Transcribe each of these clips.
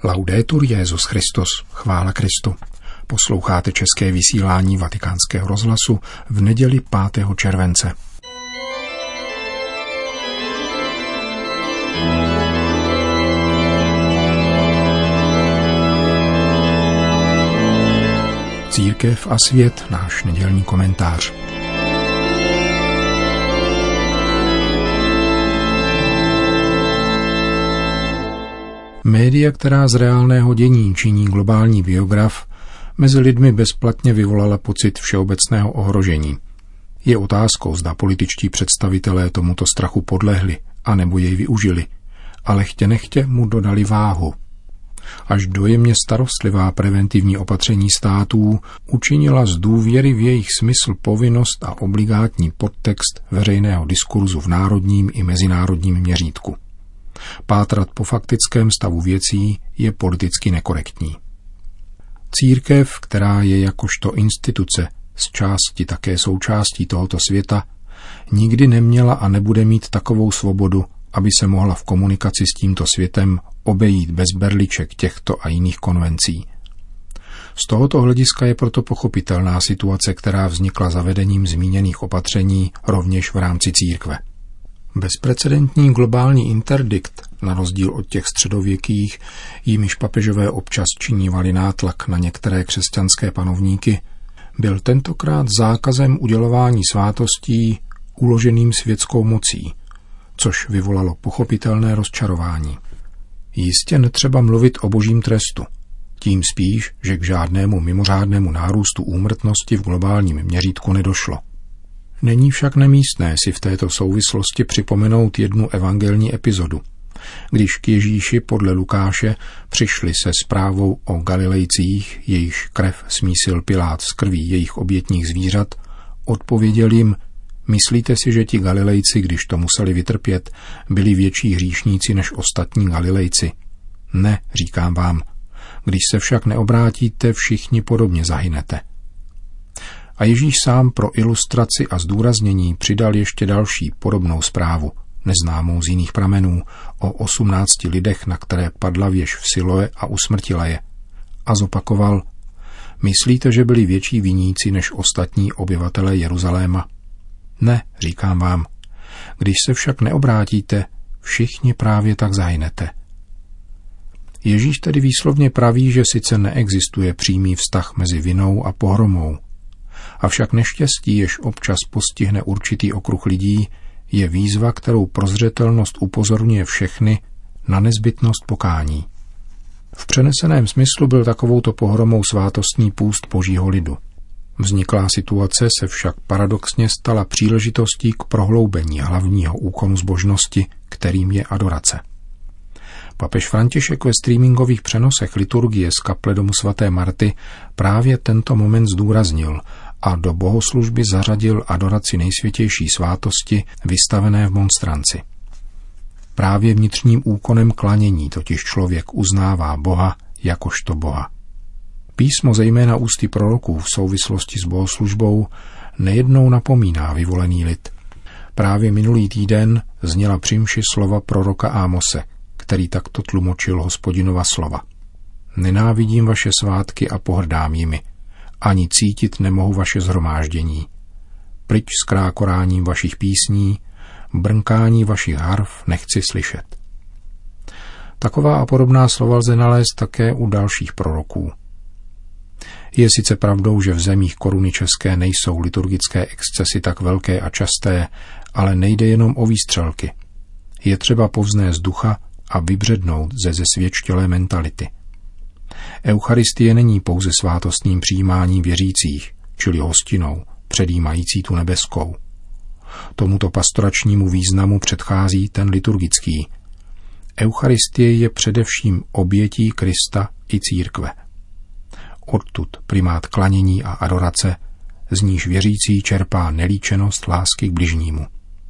Laudetur Jesus Christus, chvála Kristu. Posloucháte české vysílání Vatikánského rozhlasu v neděli 5. července. Církev a svět, náš nedělní komentář. Média, která z reálného dění činí globální biograf, mezi lidmi bezplatně vyvolala pocit všeobecného ohrožení. Je otázkou, zda političtí představitelé tomuto strachu podlehli, anebo jej využili, ale chtě nechtě mu dodali váhu. Až dojemně starostlivá preventivní opatření států učinila z důvěry v jejich smysl povinnost a obligátní podtext veřejného diskurzu v národním i mezinárodním měřítku. Pátrat po faktickém stavu věcí je politicky nekorektní. Církev, která je jakožto instituce z části také součástí tohoto světa, nikdy neměla a nebude mít takovou svobodu, aby se mohla v komunikaci s tímto světem obejít bez berliček těchto a jiných konvencí. Z tohoto hlediska je proto pochopitelná situace, která vznikla zavedením zmíněných opatření rovněž v rámci církve. Bezprecedentní globální interdikt, na rozdíl od těch středověkých, jimiž papežové občas činívali nátlak na některé křesťanské panovníky, byl tentokrát zákazem udělování svátostí uloženým světskou mocí, což vyvolalo pochopitelné rozčarování. Jistě netřeba mluvit o božím trestu, tím spíš, že k žádnému mimořádnému nárůstu úmrtnosti v globálním měřítku nedošlo. Není však nemístné si v této souvislosti připomenout jednu evangelní epizodu, když k Ježíši podle Lukáše přišli se zprávou o Galilejcích, jejichž krev smísil Pilát z krví jejich obětních zvířat, odpověděl jim: myslíte si, že ti Galilejci, když to museli vytrpět, byli větší hříšníci než ostatní Galilejci? Ne, říkám vám, když se však neobrátíte, všichni podobně zahynete. A Ježíš sám pro ilustraci a zdůraznění přidal ještě další podobnou zprávu, neznámou z jiných pramenů, o 18 lidech, na které padla věž v Siloe a usmrtila je. A zopakoval: myslíte, že byli větší viníci než ostatní obyvatelé Jeruzaléma? Ne, říkám vám, když se však neobrátíte, všichni právě tak zahynete. Ježíš tedy výslovně praví, že sice neexistuje přímý vztah mezi vinou a pohromou, avšak neštěstí, jež občas postihne určitý okruh lidí, je výzva, kterou prozřetelnost upozorňuje všechny na nezbytnost pokání. V přeneseném smyslu byl takovouto pohromou svátostní půst božího lidu. Vzniklá situace se však paradoxně stala příležitostí k prohloubení hlavního úkonu zbožnosti, kterým je adorace. Papež František ve streamingových přenosech liturgie z kaple domu svaté Marty právě tento moment zdůraznil a do bohoslužby zařadil adoraci nejsvětější svátosti vystavené v monstranci. Právě vnitřním úkonem klanění totiž člověk uznává Boha jakožto Boha. Písmo zejména ústy proroků v souvislosti s bohoslužbou nejednou napomíná vyvolený lid. Právě minulý týden zněla při mši slova proroka Ámose, který takto tlumočil Hospodinova slova. Nenávidím vaše svátky a pohrdám jimi, ani cítit nemohu vaše shromáždění. Pryč s krákoráním vašich písní, brnkání vašich harf nechci slyšet. Taková a podobná slova lze nalézt také u dalších proroků. Je sice pravdou, že v zemích Koruny české nejsou liturgické excesy tak velké a časté, ale nejde jenom o výstřelky. Je třeba povznést ducha a vybřednout ze zesvědčtělé mentality. Eucharistie není pouze svátostním přijímáním věřících, čili hostinou, předjímající tu nebeskou. Tomuto pastoračnímu významu předchází ten liturgický. Eucharistie je především obětí Krista i církve. Odtud primát klanění a adorace, z níž věřící čerpá nelíčenost lásky k bližnímu.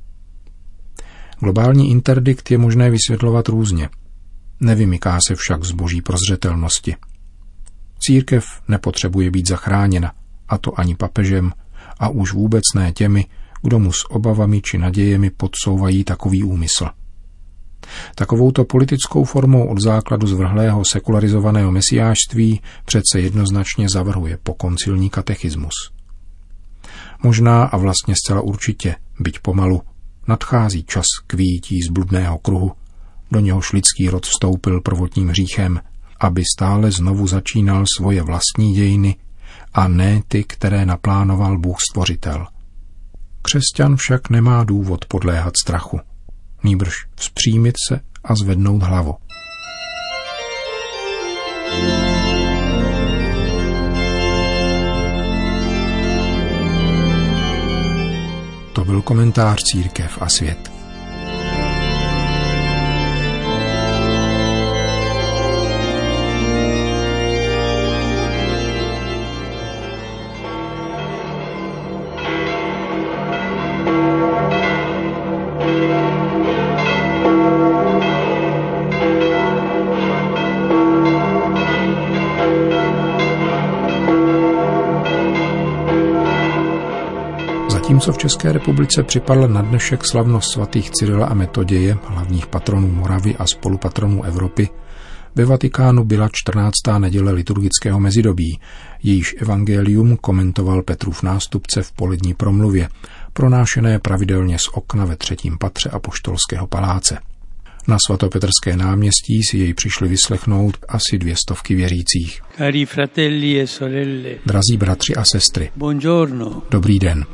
Globální interdikt je možné vysvětlovat různě. Nevymyká se však z boží prozřetelnosti. Církev nepotřebuje být zachráněna, a to ani papežem, a už vůbec ne těmi, kdo mu s obavami či nadějemi podsouvají takový úmysl. Takovouto politickou formou od základu zvrhlého sekularizovaného mesiášství přece jednoznačně zavrhuje pokoncilní katechismus. Možná a vlastně zcela určitě, byť pomalu, nadchází čas k vyjití z bludného kruhu, do něhož lidský rod vstoupil prvotním hříchem, aby stále znovu začínal svoje vlastní dějiny a ne ty, které naplánoval Bůh Stvořitel. Křesťan však nemá důvod podléhat strachu, nýbrž vzpřímit se a zvednout hlavu. To byl komentář Církev a svět. Zatímco v České republice připadla na dnešek slavnost svatých Cyrila a Metoděje, hlavních patronů Moravy a spolupatronů Evropy, ve Vatikánu byla 14. neděle liturgického mezidobí, jejíž evangelium komentoval Petrův nástupce v polední promluvě, pronášené pravidelně z okna ve 3. patře Apoštolského paláce. Na svatopetrské náměstí si jej přišli vyslechnout asi 200 věřících. Cari fratelli e sorelle. Drazí bratři a sestry. Buongiorno. Dobrý den.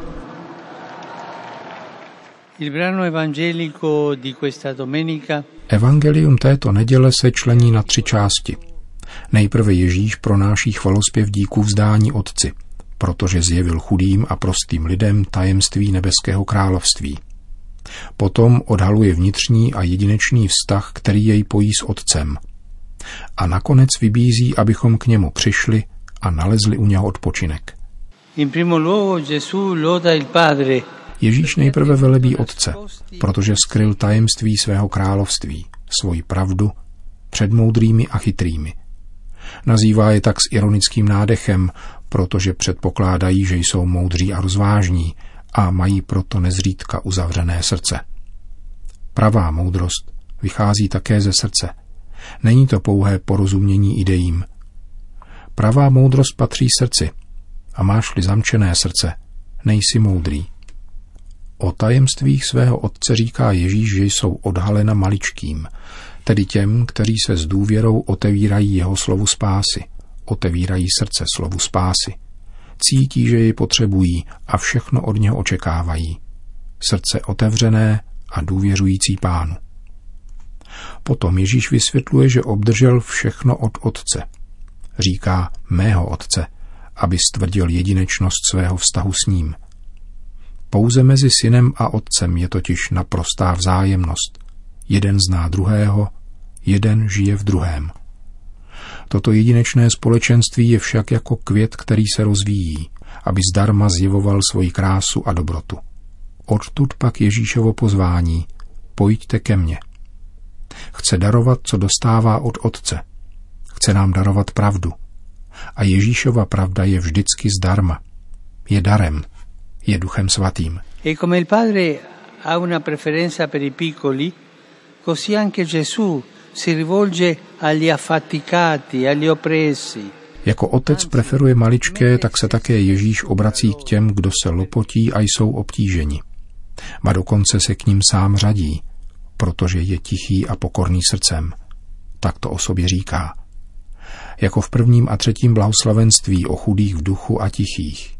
Il brano evangelico di questa domenica. Evangelium této neděle se člení na 3 části. Nejprve Ježíš pronáší chvalospěv díků vzdání Otci, protože zjevil chudým a prostým lidem tajemství nebeského království. Potom odhaluje vnitřní a jedinečný vztah, který jej pojí s Otcem. A nakonec vybízí, abychom k němu přišli a nalezli u něho odpočinek. In primo luogo Gesù loda il Padre. Ježíš nejprve velebí Otce, protože skryl tajemství svého království, svoji pravdu, před moudrými a chytrými. Nazývá je tak s ironickým nádechem, protože předpokládají, že jsou moudří a rozvážní a mají proto nezřídka uzavřené srdce. Pravá moudrost vychází také ze srdce. Není to pouhé porozumění idejím. Pravá moudrost patří srdci a máš-li zamčené srdce, nejsi moudrý. O tajemstvích svého Otce říká Ježíš, že jsou odhalena maličkým, tedy těm, kteří se s důvěrou otevírají jeho slovu spásy, otevírají srdce slovu spásy. Cítí, že jej potřebují a všechno od něho očekávají. Srdce otevřené a důvěřující Pánu. Potom Ježíš vysvětluje, že obdržel všechno od Otce. Říká mého Otce, aby stvrdil jedinečnost svého vztahu s ním. Pouze mezi synem a otcem je totiž naprostá vzájemnost. Jeden zná druhého, jeden žije v druhém. Toto jedinečné společenství je však jako květ, který se rozvíjí, aby zdarma zjevoval svoji krásu a dobrotu. Odtud pak Ježíšovo pozvání: pojďte ke mně. Chce darovat, co dostává od Otce. Chce nám darovat pravdu. A Ježíšova pravda je vždycky zdarma. Je darem. Je Duchem Svatým. E come il Padre ha una preferenza per i piccoli, così anche Gesù si rivolge agli affaticati, agli oppressi. Jako Otec preferuje maličké, tak se také Ježíš obrací k těm, kdo se lopotí a jsou obtíženi. Ba dokonce se k ním sám řadí, protože je tichý a pokorný srdcem. Tak to o sobě říká. Jako v 1. a 3. blahoslavenství o chudých v duchu a tichých.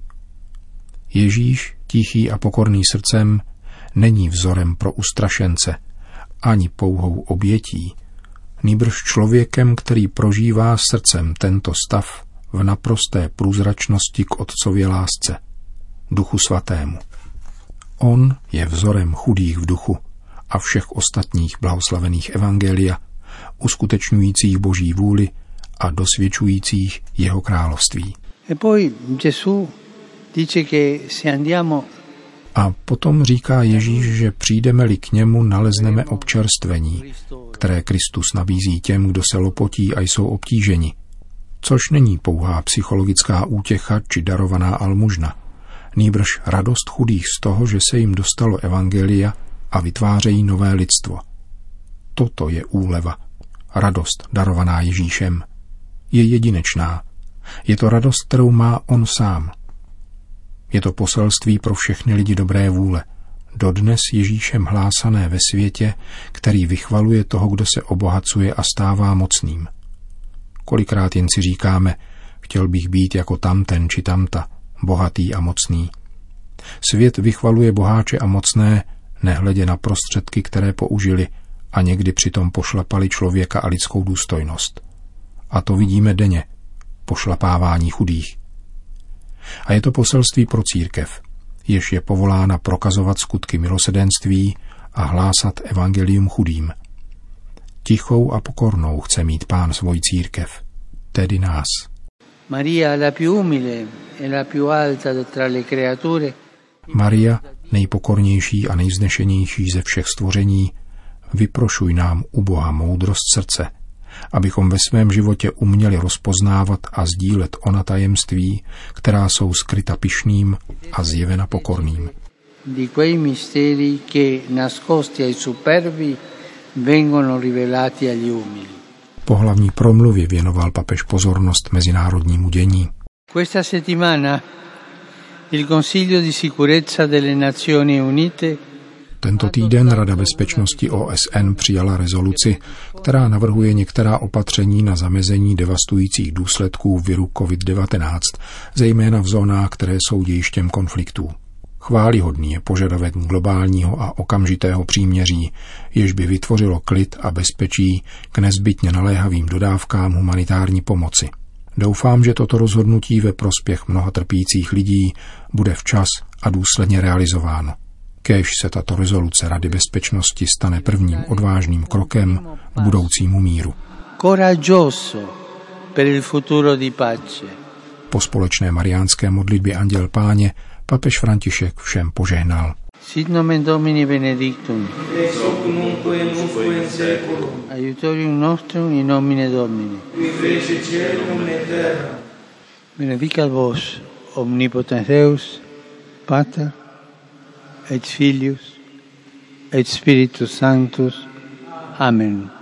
Ježíš, tichý a pokorný srdcem, není vzorem pro ustrašence, ani pouhou obětí, nýbrž člověkem, který prožívá srdcem tento stav v naprosté průzračnosti k Otcově lásce, Duchu Svatému. On je vzorem chudých v duchu a všech ostatních blahoslavených evangelia, uskutečňujících Boží vůli a dosvědčujících jeho království. A potom říká Ježíš, že přijdeme-li k němu, nalezneme občerstvení, které Kristus nabízí těm, kdo se lopotí a jsou obtíženi, což není pouhá psychologická útěcha či darovaná almužna, nýbrž radost chudých z toho, že se jim dostalo evangelia a vytvářejí nové lidstvo. Toto je úleva, radost darovaná Ježíšem. Je jedinečná. Je to radost, kterou má on sám. Je to poselství pro všechny lidi dobré vůle, dodnes Ježíšem hlásané ve světě, který vychvaluje toho, kdo se obohacuje a stává mocným. Kolikrát jen si říkáme, chtěl bych být jako tamten či tamta, bohatý a mocný. Svět vychvaluje boháče a mocné, nehledě na prostředky, které použili a někdy přitom pošlapali člověka a lidskou důstojnost. A to vidíme denně, pošlapávání chudých. A je to poselství pro církev, jež je povolána prokazovat skutky milosedenství a hlásat evangelium chudým. Tichou a pokornou chce mít Pán svoji církev, tedy nás. Maria, la più umile e la più alta tra le creature. Maria, nejpokornější a nejvznešenější ze všech stvoření, vyprošuj nám u Boha moudrost srdce, abychom ve svém životě uměli rozpoznávat a sdílet ona tajemství, která jsou skryta pyšným a zjevena pokorným. Di quei misteri che nascosti ai superbi vengono rivelati agli umili. Po hlavní promluvě věnoval papež pozornost mezinárodnímu dění. Questa settimana il Consiglio di Sicurezza delle Nazioni Unite. Tento týden Rada bezpečnosti OSN přijala rezoluci, která navrhuje některá opatření na zamezení devastujících důsledků viru COVID-19, zejména v zónách, které jsou dějištěm konfliktů. Chvályhodný je požadavek globálního a okamžitého příměří, jež by vytvořilo klid a bezpečí k nezbytně naléhavým dodávkám humanitární pomoci. Doufám, že toto rozhodnutí ve prospěch mnoha trpících lidí bude včas a důsledně realizováno. Kéž se tato rezoluce Rady bezpečnosti stane prvním odvážným krokem k budoucímu míru. Coraggioso per il futuro di pace. Po společné mariánské modlitbě Anděl Páně papež František všem požehnal. Sit nomen Domini benedictum. Ex hoc nunc et usque in saeculum. Aiutorium nostrum in nomine Domini. Qui fece caelum et terra. Benedicat vos omnipotens Deus, Pater et Filius et Spiritus Sanctus. Amen.